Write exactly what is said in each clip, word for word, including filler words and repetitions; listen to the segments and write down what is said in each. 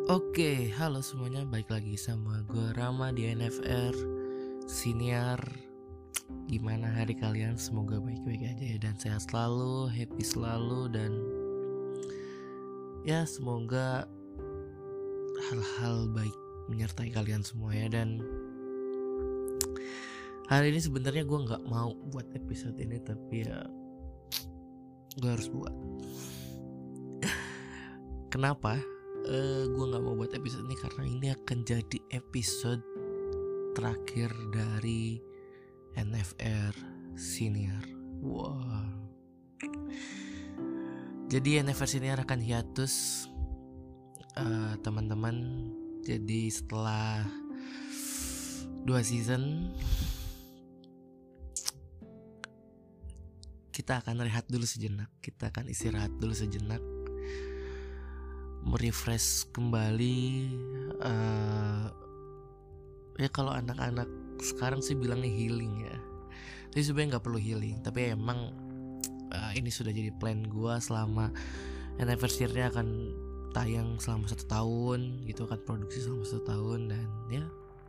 Oke, halo semuanya, balik lagi sama gue Rama di N F R Senior. Gimana hari kalian? Semoga baik-baik aja ya, dan sehat selalu, happy selalu, dan ya semoga hal-hal baik menyertai kalian semua ya. Dan hari ini sebenarnya gue nggak mau buat episode ini, tapi ya gue harus buat. Kenapa? Uh, gue gak mau buat episode ini karena ini akan jadi episode terakhir dari N F R Senior. Wow. Jadi N F R Senior akan hiatus uh, teman-teman. Jadi setelah dua season kita akan rehat dulu sejenak. Kita akan istirahat dulu sejenak, merefresh kembali. uh, Ya kalau anak-anak sekarang sih bilangnya healing ya, tapi sebenarnya nggak perlu healing. Tapi emang uh, ini sudah jadi plan gue selama anniversary-nya akan tayang selama satu tahun gitu, akan produksi selama satu tahun. Dan ya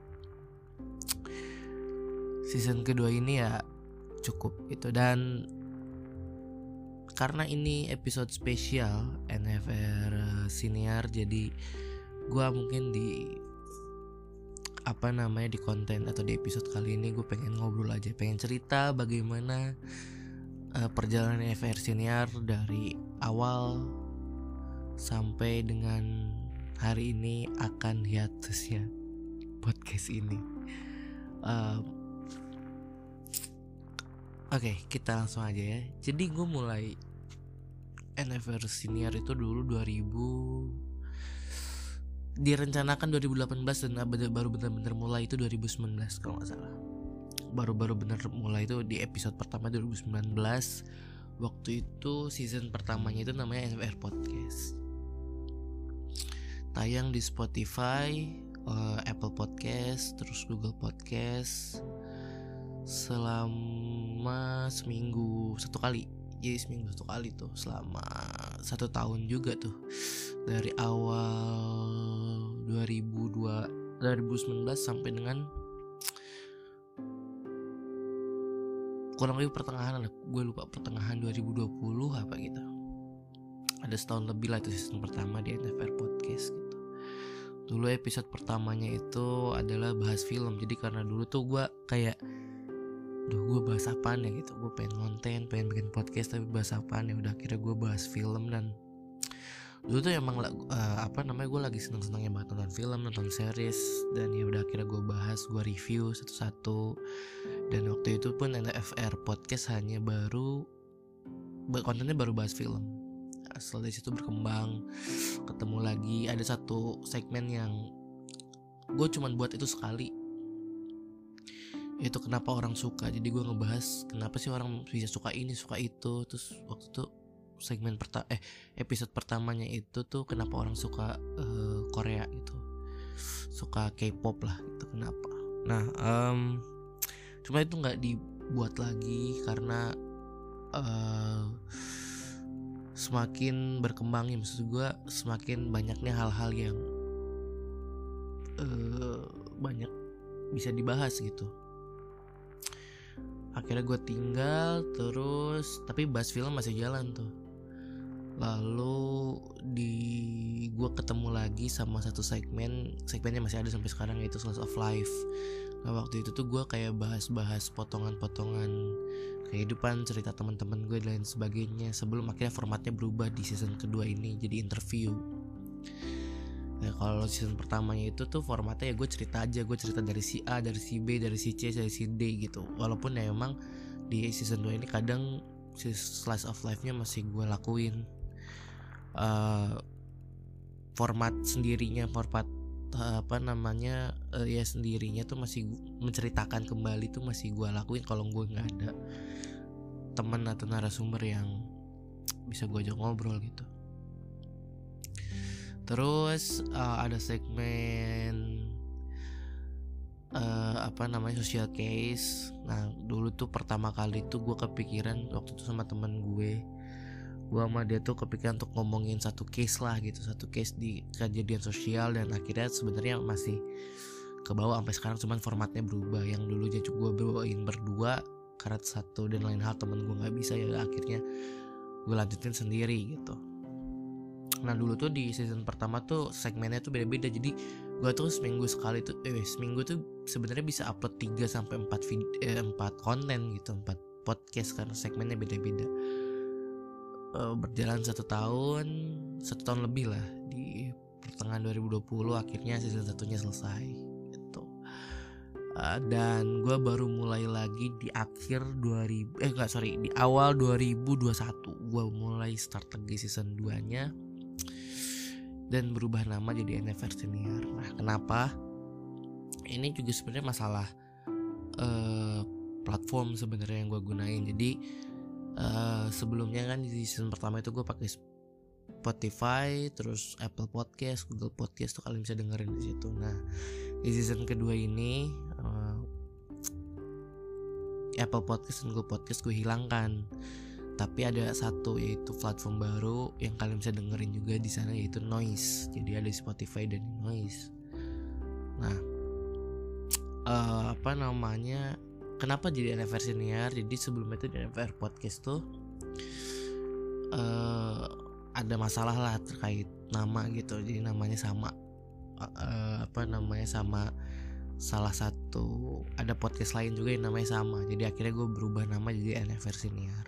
season kedua ini ya cukup gitu. Dan karena ini episode spesial N F R Senior, jadi gue mungkin di apa namanya di konten atau di episode kali ini gue pengen ngobrol aja, pengen cerita bagaimana uh, perjalanan N F R Senior dari awal sampai dengan hari ini akan hiatusnya podcast ini. Uh, Oke, okay, kita langsung aja ya. Jadi gue mulai N F R Senior itu dulu dua ribu, direncanakan dua ribu delapan belas dan baru benar-benar mulai itu dua ribu sembilan belas kalau nggak salah. Baru-baru benar mulai itu di episode pertama dua ribu sembilan belas. Waktu itu season pertamanya itu namanya N F R Podcast. Tayang di Spotify, uh, Apple Podcast, terus Google Podcast selama seminggu satu kali. Jadi seminggu satu kali tuh selama satu tahun juga tuh, dari awal dua ribu dua, dua ribu sembilan belas sampai dengan kurang lebih pertengahan lah, gue lupa pertengahan dua ribu dua puluh apa gitu. Ada setahun lebih lah itu season pertama di N F R Podcast gitu. Dulu episode pertamanya itu adalah bahas film. Jadi karena dulu tuh gue kayak, duh gue bahas apaan ya gitu, gue pengen konten, pengen bikin podcast tapi bahas apaan ya. Udah akhirnya gue bahas film. Dan dulu tuh emang uh, apa namanya gue lagi seneng-senengnya banget nonton film, nonton series. Dan ya udah akhirnya gue bahas, gue review satu-satu. Dan waktu itu pun N F R Podcast hanya baru kontennya baru bahas film. Nah, setelah dari situ berkembang, ketemu lagi ada satu segmen yang gue cuman buat itu sekali, itu kenapa orang suka. Jadi gue ngebahas kenapa sih orang bisa suka ini, suka itu. Terus waktu itu segmen pertama eh episode pertamanya itu tuh kenapa orang suka uh, Korea gitu, suka K-pop lah gitu, kenapa. Nah um, cuma itu nggak dibuat lagi karena uh, semakin berkembangnya, maksud gue semakin banyaknya hal-hal yang uh, banyak bisa dibahas gitu. Akhirnya gue tinggal terus, tapi bahas film masih jalan tuh. Lalu di gue ketemu lagi sama satu segmen, segmennya masih ada sampai sekarang, yaitu Slice of Life. Nah waktu itu tuh gue kayak bahas-bahas potongan-potongan kehidupan, cerita teman-teman gue dan lain sebagainya, sebelum akhirnya formatnya berubah di season kedua ini jadi interview. Nah kalau season pertamanya itu tuh formatnya ya gue cerita aja, gue cerita dari si A, dari si B, dari si C, dari si D gitu. Walaupun ya emang di season dua ini kadang si slice of life-nya masih gue lakuin uh, format sendirinya, format uh, apa namanya uh, ya sendirinya tuh masih menceritakan kembali tuh masih gue lakuin kalau gue nggak ada teman atau narasumber yang bisa gue ajak ngobrol gitu. Terus uh, ada segmen uh, apa namanya social case. Nah dulu tuh pertama kali tuh gue kepikiran waktu itu sama temen gue gue sama dia tuh kepikiran untuk ngomongin satu case lah gitu, satu case di kejadian sosial, dan akhirnya sebenarnya masih ke bawah sampai sekarang, cuman formatnya berubah. Yang dulunya gue bawain berdua karena satu dan lain hal temen gue nggak bisa, ya akhirnya gue lanjutin sendiri gitu. Nah dulu tuh di season pertama tuh segmennya tuh beda-beda, jadi gue tuh seminggu sekali tuh eh seminggu tuh sebenarnya bisa upload tiga sampai empat video eh, empat konten gitu, empat podcast karena segmennya beda-beda. Uh, berjalan satu tahun satu tahun lebih lah, di pertengahan dua ribu dua puluh akhirnya season satunya selesai gitu. Uh, dan gue baru mulai lagi di akhir dua ribu eh enggak sorry di awal dua ribu dua puluh satu gue mulai start lagi season dua nya dan berubah nama jadi N F R Senior. Nah kenapa? Ini juga sebenarnya masalah uh, platform sebenarnya yang gue gunain. Jadi uh, sebelumnya kan di season pertama itu gue pakai Spotify, terus Apple Podcast, Google Podcast tuh kalian bisa dengerin di situ. Nah di season kedua ini uh, Apple Podcast dan Google Podcast gue hilangkan. Tapi ada satu, yaitu platform baru yang kalian bisa dengerin juga di sana, yaitu Noise. Jadi ada di Spotify dan di Noise. Nah, uh, apa namanya? Kenapa jadi N F R Senior? Jadi sebelumnya itu di N F R Podcast tuh uh, ada masalah lah terkait nama gitu. Jadi namanya sama, uh, apa namanya sama salah satu, ada podcast lain juga yang namanya sama. Jadi akhirnya gue berubah nama jadi N F R Senior.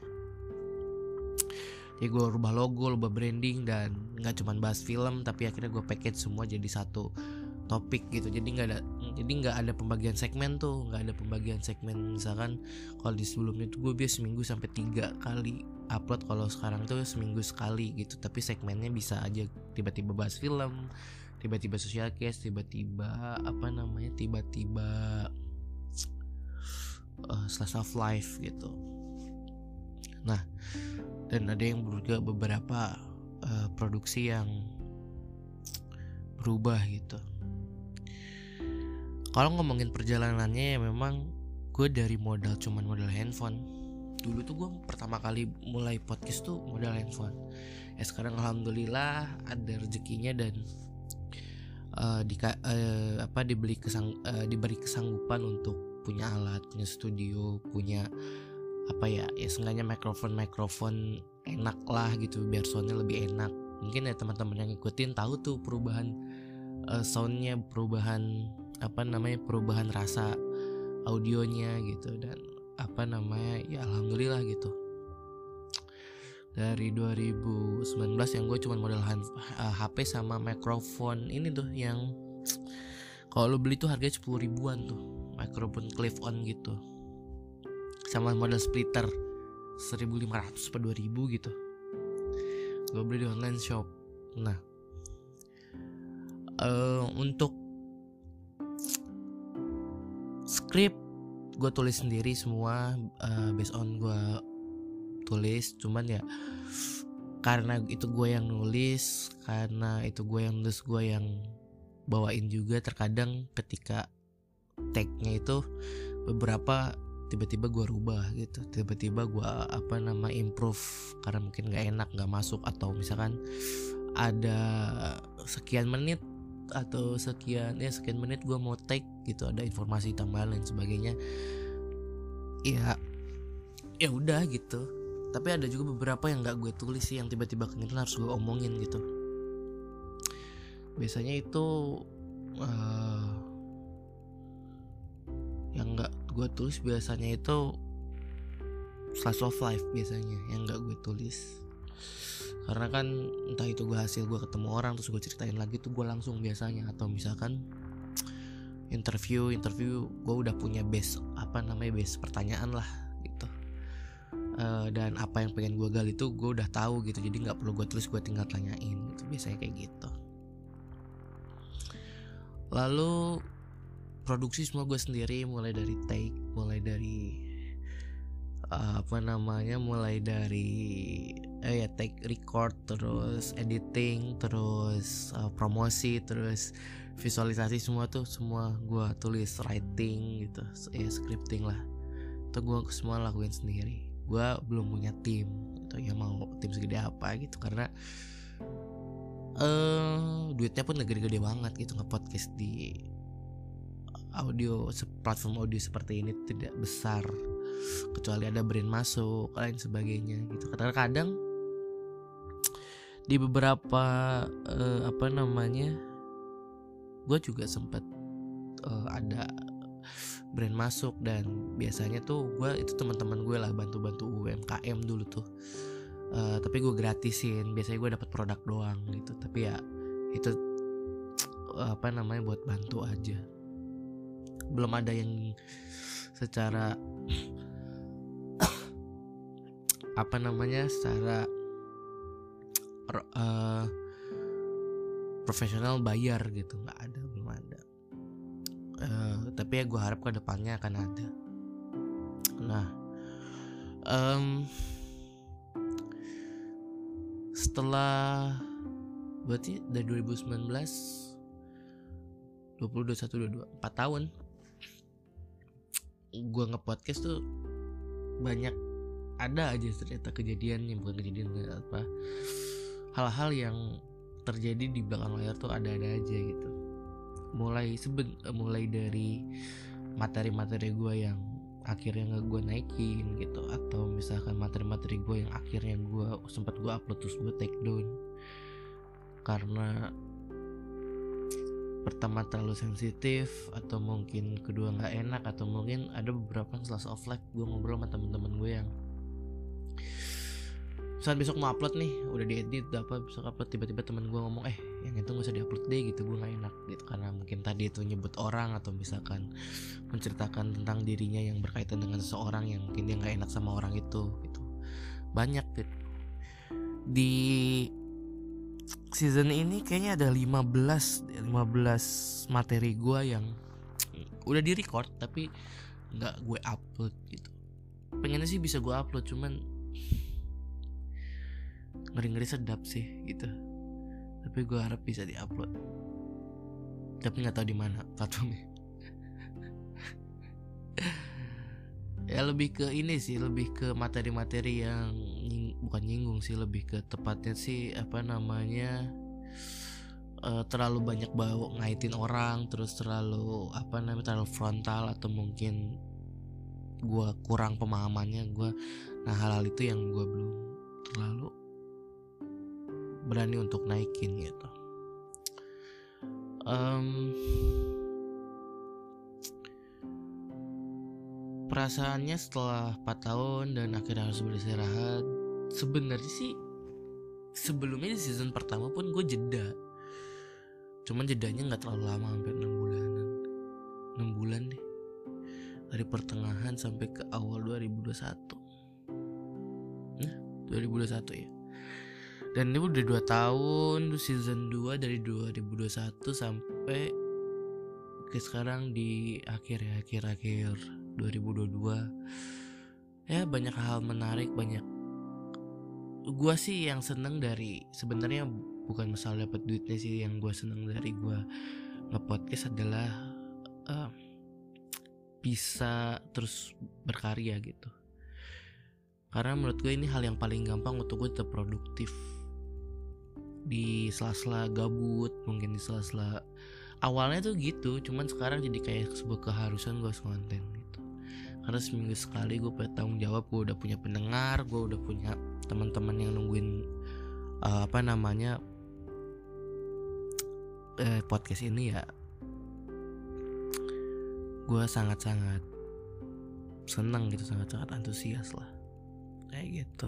Ya gue rubah logo, rubah branding, dan nggak cuma bahas film, tapi akhirnya gue package semua jadi satu topik gitu. Jadi nggak ada, jadi nggak ada pembagian segmen tuh, nggak ada pembagian segmen. Misalkan kalau di sebelumnya tuh gue biasa seminggu sampai tiga kali upload, kalau sekarang tuh seminggu sekali gitu. Tapi segmennya bisa aja tiba-tiba bahas film, tiba-tiba social case, tiba-tiba apa namanya, tiba-tiba uh, slice of life gitu. Nah, dan ada yang juga beberapa uh, produksi yang berubah gitu. Kalau ngomongin perjalanannya, ya memang gue dari modal cuman modal handphone. Dulu tuh gue pertama kali mulai podcast tuh modal handphone. Ya sekarang alhamdulillah ada rezekinya dan uh, di, uh, apa dibeli kesang, uh, diberi kesanggupan untuk punya alat, punya studio, punya apa ya, ya seenggaknya mikrofon mikrofon enak lah gitu, biar soundnya lebih enak. Mungkin ya teman-teman yang ngikutin tahu tuh perubahan uh, soundnya, perubahan apa namanya, perubahan rasa audionya gitu. Dan apa namanya, ya alhamdulillah gitu. Dari dua ribu sembilan belas yang gue cuma modal uh, H P sama mikrofon ini tuh yang kalau lo beli tuh harganya sepuluh ribuan tuh, mikrofon clip on gitu, sama modal splitter seribu lima ratus per dua ribu gitu. Gue beli di online shop. Nah, uh, untuk skrip gue tulis sendiri semua, uh, based on gue tulis. Cuman ya karena itu gue yang nulis, karena itu gue yang nulis, gue yang bawain juga. Terkadang ketika tag-nya itu beberapa tiba-tiba gue rubah gitu, tiba-tiba gue apa nama improve karena mungkin nggak enak, nggak masuk, atau misalkan ada sekian menit atau sekian ya sekian menit gue mau take gitu, ada informasi tambahan dan sebagainya. Ya ya udah gitu. Tapi ada juga beberapa yang nggak gue tulis sih, yang tiba-tiba keingetan harus gue omongin gitu. Biasanya itu uh, yang nggak gue tulis biasanya itu slice of life biasanya yang nggak gue tulis, karena kan entah itu gue hasil gue ketemu orang terus gue ceritain lagi tuh gue langsung biasanya. Atau misalkan interview interview gue udah punya base apa namanya base pertanyaan lah gitu, uh, dan apa yang pengen gue gali itu gue udah tahu gitu, jadi nggak perlu gue tulis, gue tinggal tanyain gitu, biasanya kayak gitu. Lalu produksi semua gue sendiri, mulai dari take, mulai dari uh, apa namanya, mulai dari eh ya take, record, terus editing, terus uh, promosi, terus visualisasi, semua tuh semua gue tulis, writing gitu, ya scripting lah, itu gue semua lakuin sendiri. gue belum punya tim gitu ya, mau tim segede apa gitu, karena uh, duitnya pun gede-gede banget gitu. Nge-podcast di audio platform audio seperti ini tidak besar kecuali ada brand masuk lain sebagainya gitu. Kadang-kadang di beberapa uh, apa namanya gue juga sempat uh, ada brand masuk, dan biasanya tuh gue itu teman-teman gue lah bantu-bantu U M K M dulu tuh, uh, tapi gue gratisin, biasanya gue dapat produk doang gitu, tapi ya itu uh, apa namanya buat bantu aja, belum ada yang secara apa namanya secara uh, profesional bayar gitu, nggak ada, belum ada. Uh, tapi ya gue harap ke depannya akan ada. Nah, um, setelah berarti dari dua ribu sembilan belas, dua puluh, dua puluh satu, dua puluh dua, empat tahun gue nge-podcast tuh banyak ada aja ternyata kejadian yang bukan kejadian apa, hal-hal yang terjadi di belakang layar tuh ada-ada aja gitu. Mulai seben, mulai dari materi-materi gue yang akhirnya nggak gue naikin gitu, atau misalkan materi-materi gue yang akhirnya gue sempat gue upload terus gue take down karena pertama terlalu sensitif, atau mungkin kedua nggak enak, atau mungkin ada beberapa slice of life gue ngobrol sama temen-temen gue yang saat besok mau upload nih, udah diedit udah apa, besok upload, tiba-tiba teman gue ngomong eh yang itu nggak usah diupload deh gitu, gue nggak enak gitu, karena mungkin tadi itu nyebut orang atau misalkan menceritakan tentang dirinya yang berkaitan dengan seseorang yang mungkin dia nggak enak sama orang itu gitu. Banyak gitu. Di season ini kayaknya ada lima belas materi gue yang udah di record tapi nggak gue upload gitu. Pengennya sih bisa gue upload, cuman ngeri-ngeri sedap sih gitu, tapi gue harap bisa diupload, tapi nggak tahu di mana platformnya. Ya lebih ke ini sih, lebih ke materi-materi yang nying, bukan nyinggung sih, lebih ke tepatnya sih apa namanya uh, terlalu banyak bawa ngaitin orang, terus terlalu apa namanya terlalu frontal, atau mungkin gue kurang pemahamannya gue. Nah hal-hal itu yang gue belum terlalu berani untuk naikin gitu. Um, perasaannya setelah empat tahun dan akhirnya harus beristirahat, sebenarnya sih sebelumnya di season pertama pun gue jeda, cuman jedanya nggak terlalu lama, hampir enam bulanan, enam bulan deh, dari pertengahan sampai ke awal dua ribu dua puluh satu. Nah dua ribu dua puluh satu ya. Dan ini udah dua tahun, season dua dari dua ribu dua puluh satu sampai ke sekarang di akhir ya, akhir-akhir dua ribu dua puluh dua. Ya banyak hal menarik, banyak. Gua sih yang seneng dari, sebenarnya bukan masalah dapat duitnya sih, yang gua seneng dari gua nge-podcast adalah uh, bisa terus berkarya gitu. Karena menurut gue ini hal yang paling gampang untuk gue tetap produktif di sela-sela gabut, mungkin di sela-sela awalnya tuh gitu, cuman sekarang jadi kayak sebuah keharusan gue harus konten gitu. Karena seminggu sekali gue punya tanggung jawab, gue udah punya pendengar, gue udah punya teman-teman yang nungguin uh, apa namanya eh, podcast ini ya. Gue sangat-sangat senang gitu, sangat-sangat antusias lah kayak gitu.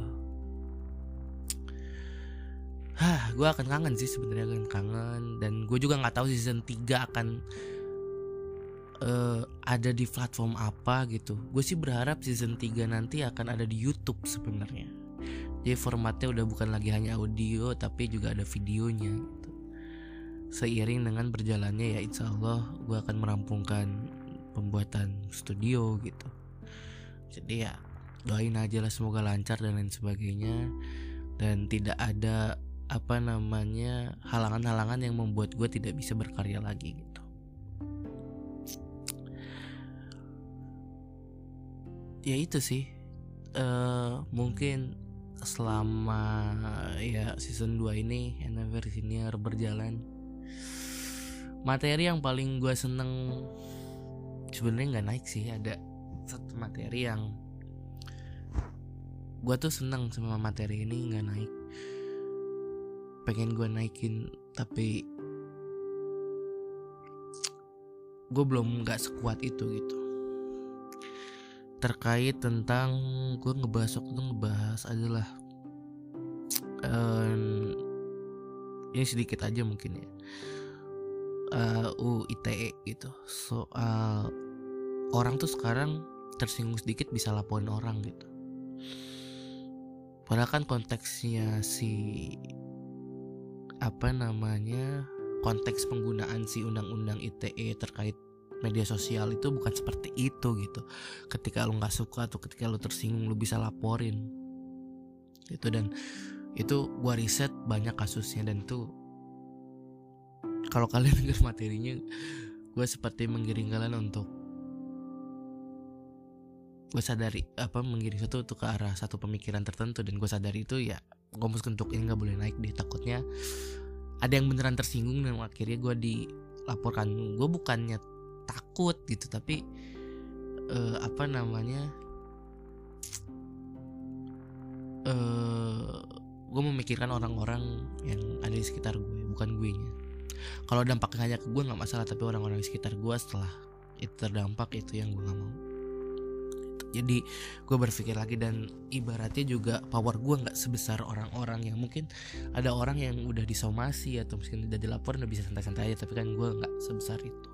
Hah, gue akan kangen sih sebenarnya, akan kangen. Dan gue juga nggak tahu season tiga akan uh, ada di platform apa gitu. Gue sih berharap season tiga nanti akan ada di YouTube sebenarnya. Jadi formatnya udah bukan lagi hanya audio, tapi juga ada videonya gitu. Seiring dengan berjalannya ya insya Allah gue akan merampungkan pembuatan studio gitu. Jadi ya doain aja lah semoga lancar dan lain sebagainya, dan tidak ada apa namanya halangan-halangan yang membuat gue tidak bisa berkarya lagi gitu. Ya itu sih uh, mungkin selama ya season dua ini Enaver Senior berjalan, materi yang paling gue seneng sebenarnya nggak naik sih. Ada satu materi yang gue tuh seneng sama materi ini nggak naik, pengen gue naikin tapi gue belum nggak sekuat itu gitu. Terkait tentang gue ngebahas waktu itu ngebahas adalah um, ini sedikit aja mungkin ya, uh, U I T E gitu, soal orang tuh sekarang tersinggung sedikit bisa laporin orang gitu. Padahal kan konteksnya si apa namanya konteks penggunaan si undang-undang I T E terkait media sosial itu bukan seperti itu gitu. Ketika lu nggak suka atau ketika lu tersinggung lu bisa laporin itu, dan itu gua riset banyak kasusnya, dan tuh kalau kalian dengar materinya gua seperti menggiring kalian untuk gue sadari apa menggiring satu tuh ke arah satu pemikiran tertentu, dan gue sadari itu ya gue mesti untuk ini nggak boleh naik deh, takutnya ada yang beneran tersinggung dan akhirnya gue dilaporkan. Gue bukannya takut gitu, tapi uh, apa namanya uh, gue memikirkan orang-orang yang ada di sekitar gue, bukan gue nya. Kalau dampaknya hanya ke gue nggak masalah, tapi orang-orang di sekitar gue setelah itu terdampak, itu yang gue nggak mau. Jadi gue berpikir lagi, dan ibaratnya juga power gue nggak sebesar orang-orang yang mungkin ada orang yang udah disomasi atau mungkin udah dilaporin udah bisa santai-santai aja, tapi kan gue nggak sebesar itu.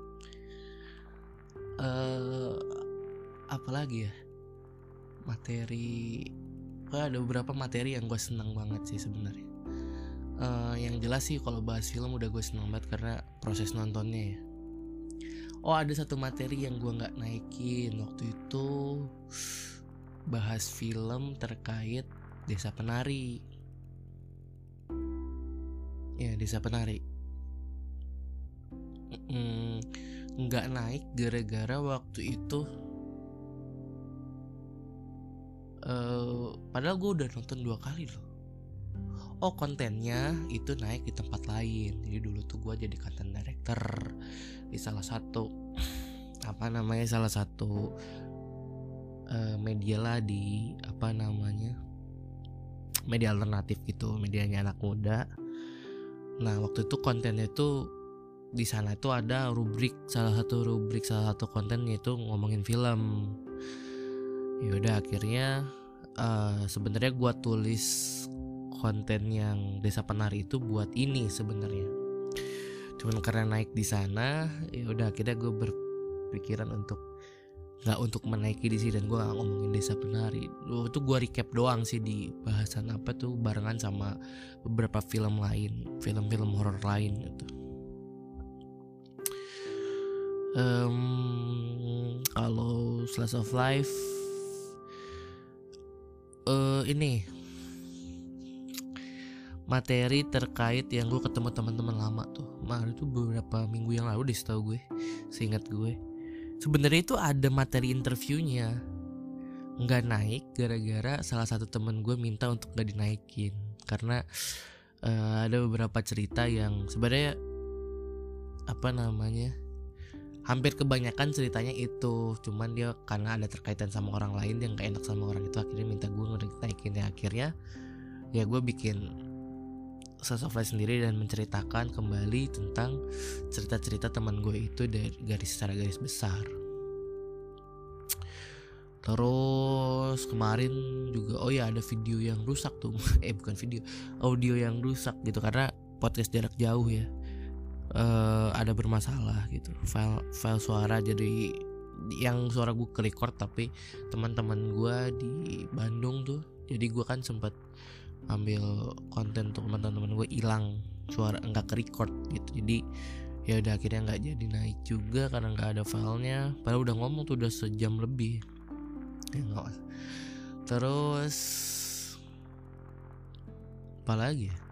Uh, apalagi ya materi, oh, ada beberapa materi yang gue senang banget sih sebenarnya. Uh, yang jelas sih kalau bahas film udah gue senang banget karena proses nontonnya ya. Oh, ada satu materi yang gue gak naikin waktu itu, bahas film terkait Desa Penari. Ya, Desa Penari mm, gak naik gara-gara waktu itu uh, padahal gue udah nonton dua kali loh. Oh, kontennya itu naik di tempat lain. Jadi dulu tuh gue jadi content director di salah satu apa namanya salah satu uh, media lah di apa namanya media alternatif gitu, medianya anak muda. Nah waktu itu kontennya itu di sana itu ada rubrik, salah satu rubrik salah satu kontennya itu ngomongin film. Yaudah akhirnya uh, sebenarnya gue tulis konten yang Desa Penari itu buat ini sebenarnya, cuman karena naik di sana ya udah akhirnya gue berpikiran untuk nggak untuk menaiki di sini, dan gue nggak ngomongin Desa Penari. Itu gue recap doang sih di bahasan apa tuh barengan sama beberapa film lain, film-film horor lain gitu. Um, kalau slice of life uh, ini materi terkait yang gue ketemu teman-teman lama tuh. Kemarin itu beberapa minggu yang lalu deh setahu gue, seingat gue. Sebenarnya itu ada materi interviewnya, nggak naik gara-gara salah satu teman gue minta untuk nggak dinaikin karena uh, ada beberapa cerita yang sebenarnya apa namanya hampir kebanyakan ceritanya itu, cuman dia karena ada terkaitan sama orang lain yang gak enak sama orang itu akhirnya minta gue naikin. Ya akhirnya ya gue bikin Slice of Life sendiri dan menceritakan kembali tentang cerita-cerita teman gue itu dari garis secara garis besar. Terus kemarin juga oh ya ada video yang rusak tuh eh bukan video, audio yang rusak gitu karena podcast jarak jauh ya. Uh, ada bermasalah gitu, file file suara jadi yang suara gue ke record tapi teman-teman gue di Bandung tuh, jadi gue kan sempat ambil konten untuk teman-teman gue hilang suara nggak ke record gitu, jadi ya udah akhirnya nggak jadi naik juga karena nggak ada filenya, padahal udah ngomong tuh udah sejam lebih ya, gak. Terus apa lagi ya?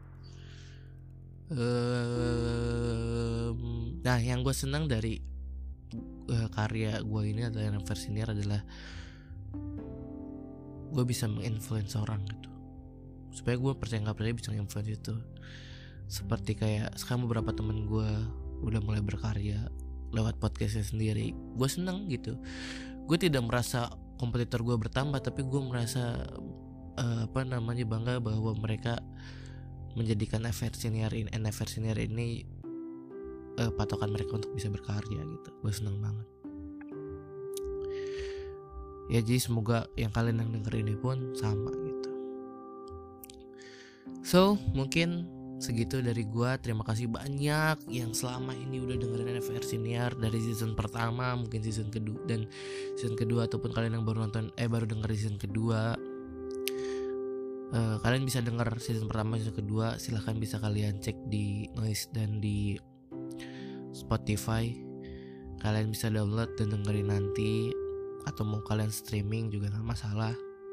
Um, nah yang gue senang dari uh, karya gue ini atau yang versi ini adalah gue bisa menginfluence orang gitu, supaya gue percaya nggak percaya bisa nginfluence itu. Seperti kayak sekarang beberapa temen gue udah mulai berkarya lewat podcastnya sendiri. Gue seneng gitu. Gue tidak merasa kompetitor gue bertambah, tapi gue merasa uh, apa namanya bangga bahwa mereka menjadikan F R Senior ini, N F R Senior ini uh, patokan mereka untuk bisa berkarya gitu. Gue seneng banget. Ya jadi semoga yang kalian yang denger ini pun sama gitu. So mungkin segitu dari gua. Terima kasih banyak yang selama ini udah dengerin N F R Senior dari season pertama, mungkin season kedua dan season kedua, ataupun kalian yang baru nonton eh baru denger season kedua. Uh, kalian bisa denger season pertama, season kedua, silahkan bisa kalian cek di Noise dan di Spotify. Kalian bisa download dan dengerin nanti, atau mau kalian streaming juga gak masalah.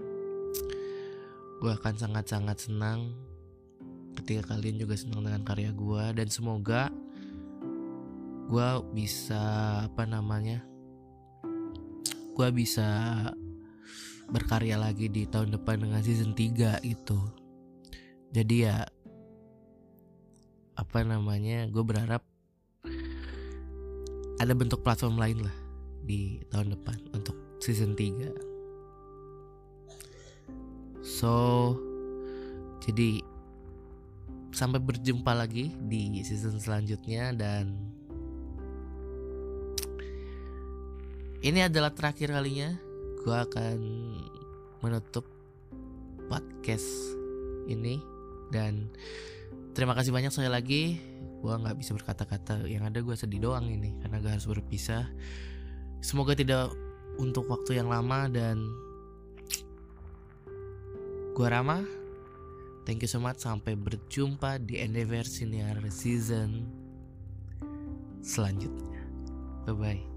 Gue akan sangat-sangat senang ketika kalian juga senang dengan karya gue, dan semoga gue bisa apa namanya gue bisa berkarya lagi di tahun depan dengan season tiga gitu. Jadi ya apa namanya gue berharap ada bentuk platform lain lah di tahun depan untuk season tiga. So jadi sampai berjumpa lagi di season selanjutnya, dan ini adalah terakhir kalinya gue akan menutup podcast ini. Dan terima kasih banyak sekali lagi. Gue gak bisa berkata-kata, yang ada gue sedih doang ini karena gue harus berpisah. Semoga tidak untuk waktu yang lama, dan gue Rama. Thank you so much. Sampai berjumpa di N F R Senior season selanjutnya. Bye bye.